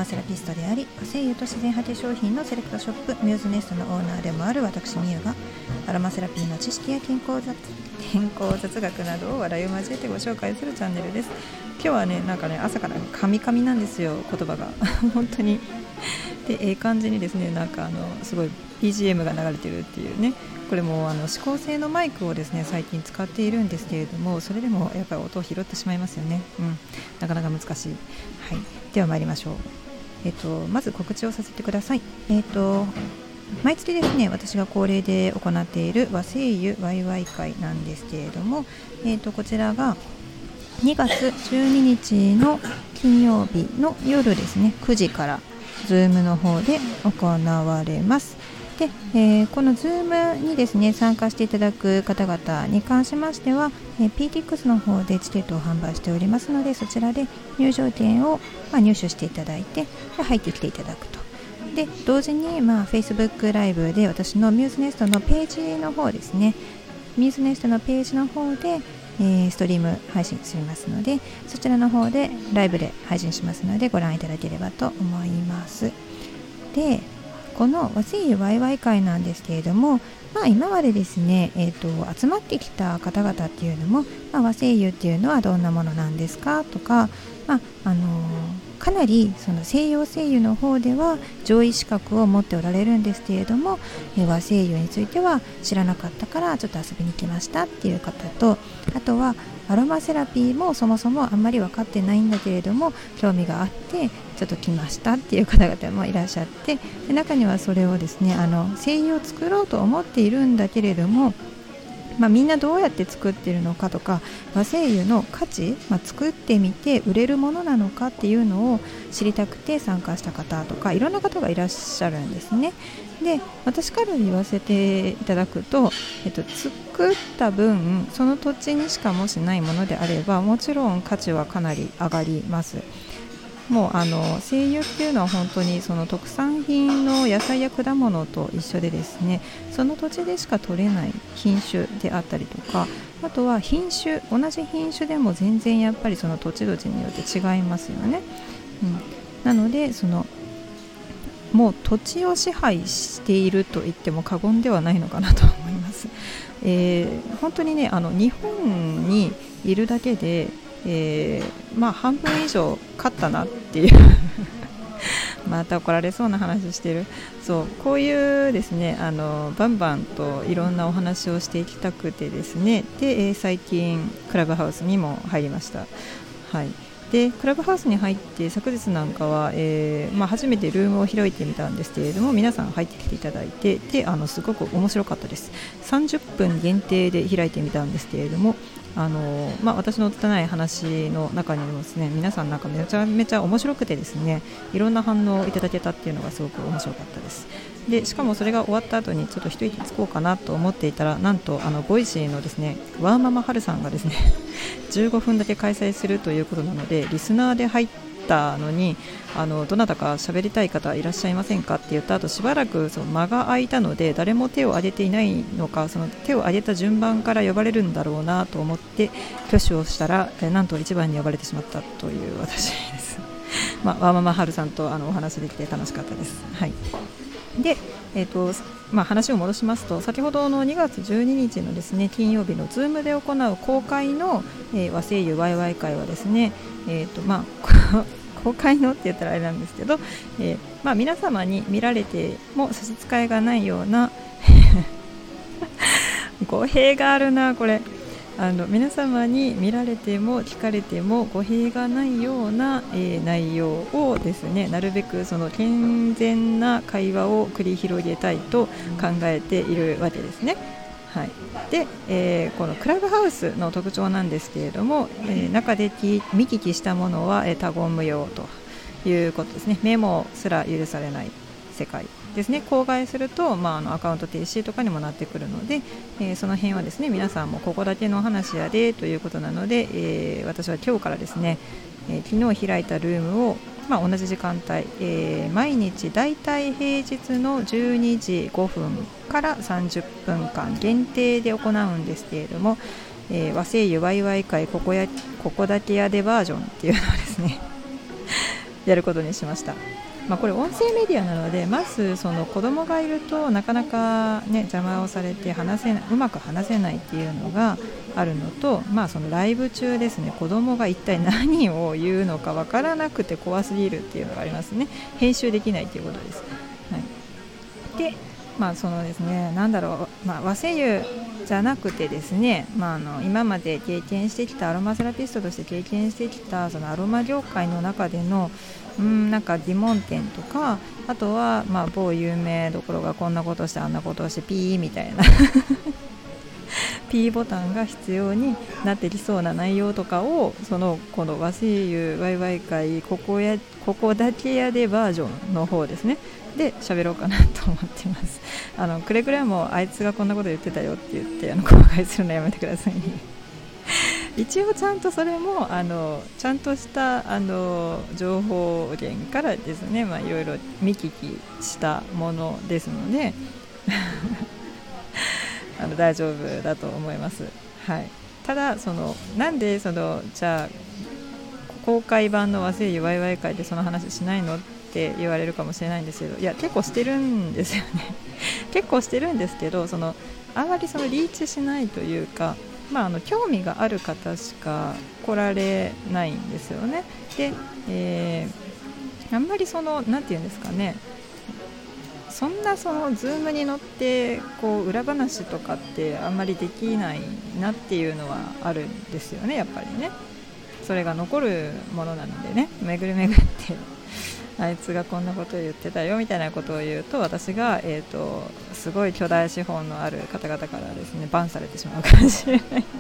マセラピストであり、和精油と自然派手商品のセレクトショップミューズネストのオーナーでもある私みゆが、アロマセラピーの知識や健康雑学などを笑いを交えてご紹介するチャンネルです。今日はね、朝からカミカミなんですよ、言葉が本当に。で、感じにですね、すごい BGM が流れてるっていうね。これも指向性のマイクをですね最近使っているんですけれども、それでもやっぱり音を拾ってしまいますよね。なかなか難しい。はい、では参りましょう。まず告知をさせてください。毎月ですね、私が恒例で行っている和精油ワイワイ会なんですけれども、こちらが2月12日の金曜日の夜ですね、9時から Zoom の方で行われます。で、この Zoom にですね参加していただく方々に関しましては、PTX の方でチケットを販売しておりますので、そちらで入場券を入手していただいて、入ってきていただくと。で、同時にFacebook ライブで私のミューズネストのページの方ですね、ミューズネストのページの方で、ストリーム配信しますので、そちらの方でライブで配信しますのでご覧いただければと思います。で、この和精油ワイワイ会なんですけれども、今までですね、集まってきた方々っていうのも、和精油っていうのはどんなものなんですかとか、かなりその西洋精油の方では上位資格を持っておられるんですけれども、和精油については知らなかったからちょっと遊びに来ましたっていう方と、あとはアロマセラピーもそもそもあんまり分かってないんだけれども興味があってちょっと来ましたっていう方々もいらっしゃって、で中にはそれをですね精油を作ろうと思っているんだけれども、みんなどうやって作っているのかとか、和精油の価値、作ってみて売れるものなのかっていうのを知りたくて参加した方とかいろんな方がいらっしゃるんですね。で、私から言わせていただくと、作った分その土地にしかもしないものであればもちろん価値はかなり上がります。もう精油っていうのは本当にその特産品の野菜や果物と一緒でですね、その土地でしか取れない品種であったりとか、あとは同じ品種でも全然やっぱりその土地土地によって違いますよね。なのでもう土地を支配していると言っても過言ではないのかなと思います。本当にね、日本にいるだけで半分以上勝ったなっていうまた怒られそうな話してる。そう、こういうですねバンバンといろんなお話をしていきたくてですね、で、最近クラブハウスにも入りました。はい。で、クラブハウスに入って昨日なんかは、初めてルームを開いてみたんですけれども、皆さん入ってきていただいて、ですごく面白かったです。30分限定で開いてみたんですけれども、私の拙い話の中にもですね、皆さんめちゃめちゃ面白くてですね、いろんな反応をいただけたっていうのがすごく面白かったです。で、しかもそれが終わった後にちょっと一息つこうかなと思っていたら、なんとボイシーのですねワーママハルさんがですね15分だけ開催するということなので、リスナーで入ったのにどなたか喋りたい方いらっしゃいませんかって言った後、しばらく間が空いたので誰も手を挙げていないのか、その手を挙げた順番から呼ばれるんだろうなと思って挙手をしたら、なんと1番に呼ばれてしまったという私ですワーママハルさんとお話できて楽しかったです。はい。で、話を戻しますと、先ほどの2月12日のですね金曜日の Zoom で行う公開の、和精油ワイワイ会はですね、公開のって言ったらあれなんですけど、皆様に見られても差し支えがないような語弊があるなこれ。皆様に見られても聞かれても語弊がないような、内容をですね、なるべくその健全な会話を繰り広げたいと考えているわけですね。はい。で、このクラブハウスの特徴なんですけれども、中で見聞きしたものは、他言無用ということですね。メモすら許されない世界ですね。口外すると、アカウント停止とかにもなってくるので、その辺はですね、皆さんもここだけの話やでということなので、私は今日からですね、昨日開いたルームを、同じ時間帯、毎日だいたい平日の12時5分から30分間限定で行うんですけれども、和精油ワイワイ会ここだけやでバージョンっていうのをですねやることにしました。これ音声メディアなので、まずその子供がいるとなかなか、邪魔をされてうまく話せないっていうのがあるのと、そのライブ中ですね、子供が一体何を言うのかわからなくて怖すぎるっていうのがありますね。編集できないということです。で、そのですね、和声優じゃなくてですね、今まで経験してきたアロマセラピストとして経験してきたそのアロマ業界の中での疑問点とか、あとは某有名どころがこんなことしてあんなことをしてピーみたいなP ボタンが必要になってきそうな内容とかをこの和声優ワイワイ会ここだけやでバージョンの方ですねで喋ろうかなと思っています。くれぐれもあいつがこんなこと言ってたよって言って公開するのやめてくださいね一応ちゃんとそれもちゃんとした情報源からですね、いろいろ見聞きしたものですので大丈夫だと思います。ただなんでじゃあ公開版の和声優ワイワイ会でその話しないのって言われるかもしれないんですけど、いや結構してるんですよね結構してるんですけど、あんまりリーチしないというか、興味がある方しか来られないんですよね。で、あんまりなんていうんですかね、そんなズームに乗って裏話とかってあんまりできないなっていうのはあるんですよね。やっぱりね、それが残るものなのでね、巡り巡ってあいつがこんなことを言ってたよみたいなことを言うと、私が、すごい巨大資本のある方々からですねバンされてしまうかもしれないので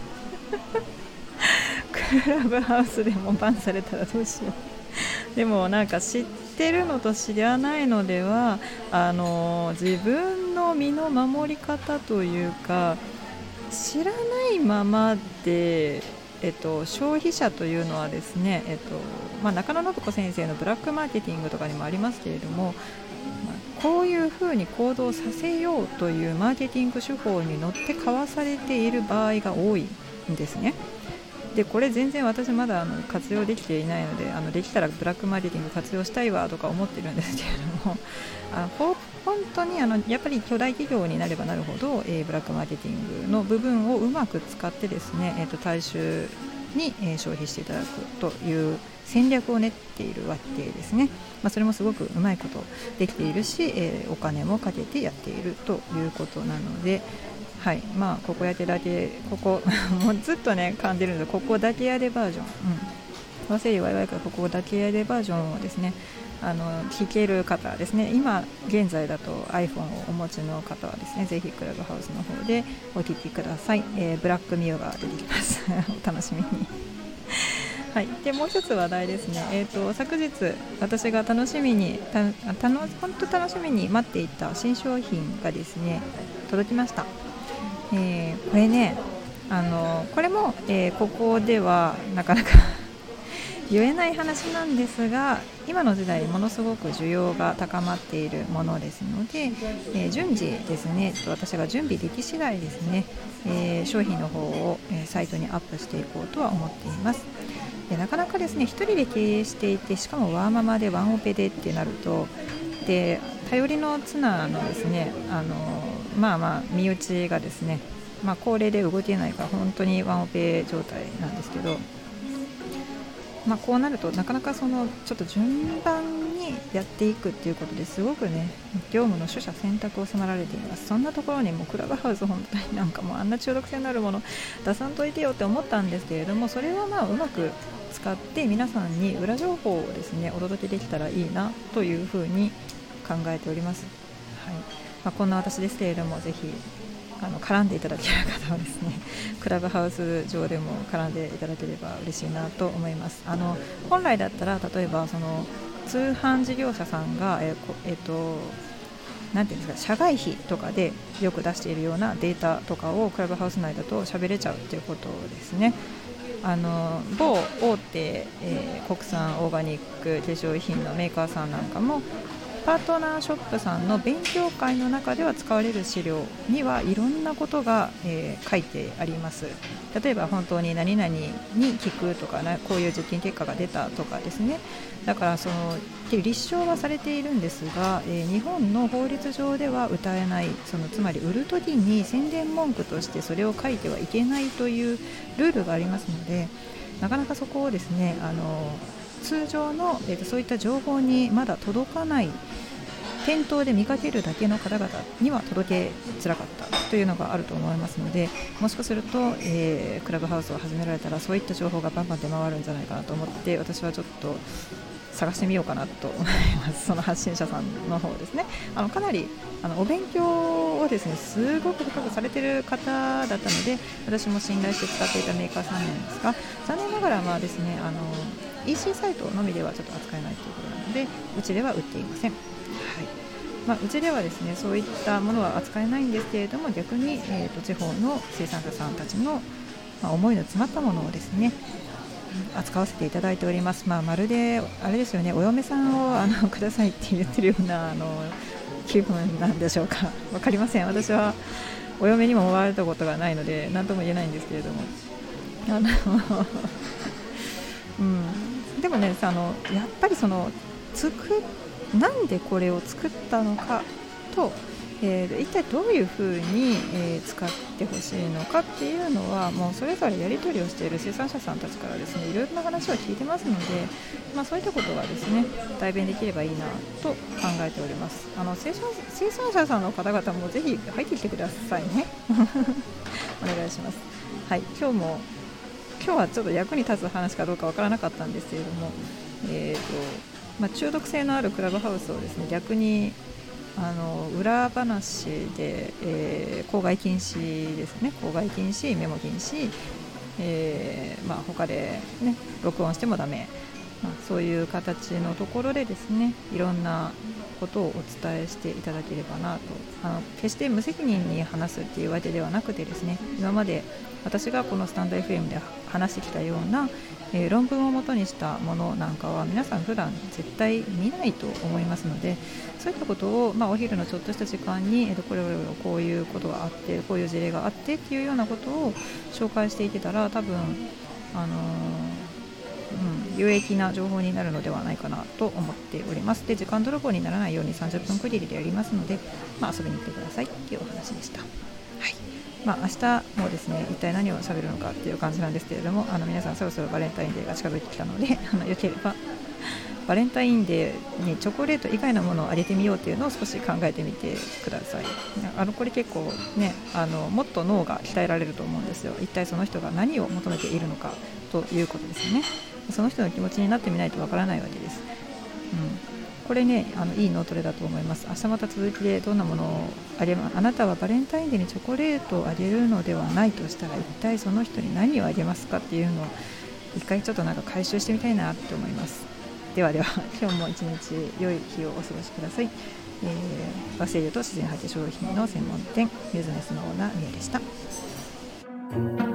クラブハウスでもバンされたらどうしようでも知ってるのと知らないのでは自分の身の守り方というか知らないままで消費者というのはですね、中野信子先生のブラックマーケティングとかにもありますけれども、こういうふうに行動させようというマーケティング手法に乗って買わされている場合が多いんですね。でこれ全然私まだ活用できていないのでできたらブラックマーケティング活用したいわとか思ってるんですけれども本当にやっぱり巨大企業になればなるほど、ブラックマーケティングの部分をうまく使ってですね、大衆に、消費していただくという戦略を練っているわけですね。それもすごくうまいことできているし、お金もかけてやっているということなので、ここもうずっとね噛んでるので、ここだけやでバージョン、和製ワイワイからここだけやでバージョンをですね聞ける方はですね、今現在だと iPhone をお持ちの方はですね、ぜひクラブハウスの方でお聞きください。ブラックミューが出てきますお楽しみにでもう一つ話題ですね、昨日私が本当楽しみに待っていた新商品がですね届きました。これねこれも、ここではなかなか言えない話なんですが、今の時代ものすごく需要が高まっているものですので、順次ですね私が準備でき次第ですね、商品の方を、サイトにアップしていこうとは思っています。なかなかですね一人で経営していて、しかもワーママでワンオペでってなると、で頼りの綱のですね身内がですね高齢で動けないから本当にワンオペ状態なんですけど、こうなるとなかなかちょっと順番にやっていくっていうことですごくね業務の取捨選択を迫られています。そんなところにもクラブハウス本当にもうあんな中毒性のあるもの出さんといてよって思ったんですけれども、それはうまく使って皆さんに裏情報をですねお届けできたらいいなというふうに考えております。こんな私ですけれども、ぜひ絡んでいただける方はですねクラブハウス上でも絡んでいただければ嬉しいなと思います。本来だったら例えば通販事業者さんがなんていうんですか、社外費とかでよく出しているようなデータとかをクラブハウス内だと喋れちゃうということですね。某大手、国産オーガニック化粧品のメーカーさんなんかもパートナーショップさんの勉強会の中では使われる資料にはいろんなことが、書いてあります。例えば本当に何々に聞くとか、こういう実験結果が出たとかですね。だから立証はされているんですが、日本の法律上では歌えない、つまり売る時に宣伝文句としてそれを書いてはいけないというルールがありますので、なかなかそこをですね、通常の、そういった情報にまだ届かない店頭で見かけるだけの方々には届けづらかったというのがあると思いますので、もしかすると、クラブハウスを始められたらそういった情報がバンバン出回るんじゃないかなと思って、私はちょっと探してみようかなと思います。その発信者さんの方ですね。かなりお勉強をですねすごく深くされている方だったので、私も信頼して使っていたメーカーさんなんですが、残念ながらですねEC サイトのみではちょっと扱えないということなので、うちでは売っていません。うちではですねそういったものは扱えないんですけれども、逆に、地方の生産者さんたちの、思いの詰まったものをですね扱わせていただいております。まるであれですよね、お嫁さんをくださいって言ってるような気分なんでしょうか。分かりません。私はお嫁にも思われたことがないので何とも言えないんですけれども、でもねやっぱりなんでこれを作ったのかと、一体どういうふうに、使ってほしいのかっていうのはもうそれぞれやり取りをしている生産者さんたちからですねいろいろな話を聞いてますので、そういったことがですね代弁できればいいなと考えております。生産者さんの方々もぜひ入ってきてくださいねお願いします。はい、今日はちょっと役に立つ話かどうかわからなかったんですけれども、中毒性のあるクラブハウスをですね逆に裏話で、公害禁止ですね、公害禁止、メモ禁止、他で、ね、録音してもダメ、そういう形のところでですねいろんなことをお伝えしていただければなと。決して無責任に話すっていうわけではなくてですね、今まで私がこのスタンド FM で話してきたような、論文をもとにしたものなんかは皆さん普段絶対見ないと思いますので、そういったことを、お昼のちょっとした時間に、こういうことがあってこういう事例があってっていうようなことを紹介していけたら多分有益な情報になるのではないかなと思っております。で、時間泥棒にならないように30分区切りでやりますので、遊びに来てくださいっていうお話でした。はい。明日もですね一体何を喋るのかっていう感じなんですけれども、皆さんそろそろバレンタインデーが近づいてきたのでよければバレンタインデーにチョコレート以外のものをあげてみようというのを少し考えてみてください。これ結構ねもっと脳が鍛えられると思うんですよ。一体その人が何を求めているのかということですね。その人の気持ちになってみないとわからないわけです。これねいい脳トレだと思います。明日また続きでどんなものをあなたはバレンタインデーにチョコレートをあげるのではないとしたら一体その人に何をあげますかっていうのを一回ちょっと回収してみたいなと思います。では今日も一日良い日をお過ごしください。和製油と自然派手商品の専門店ミューズネスのオーナーミヤでした。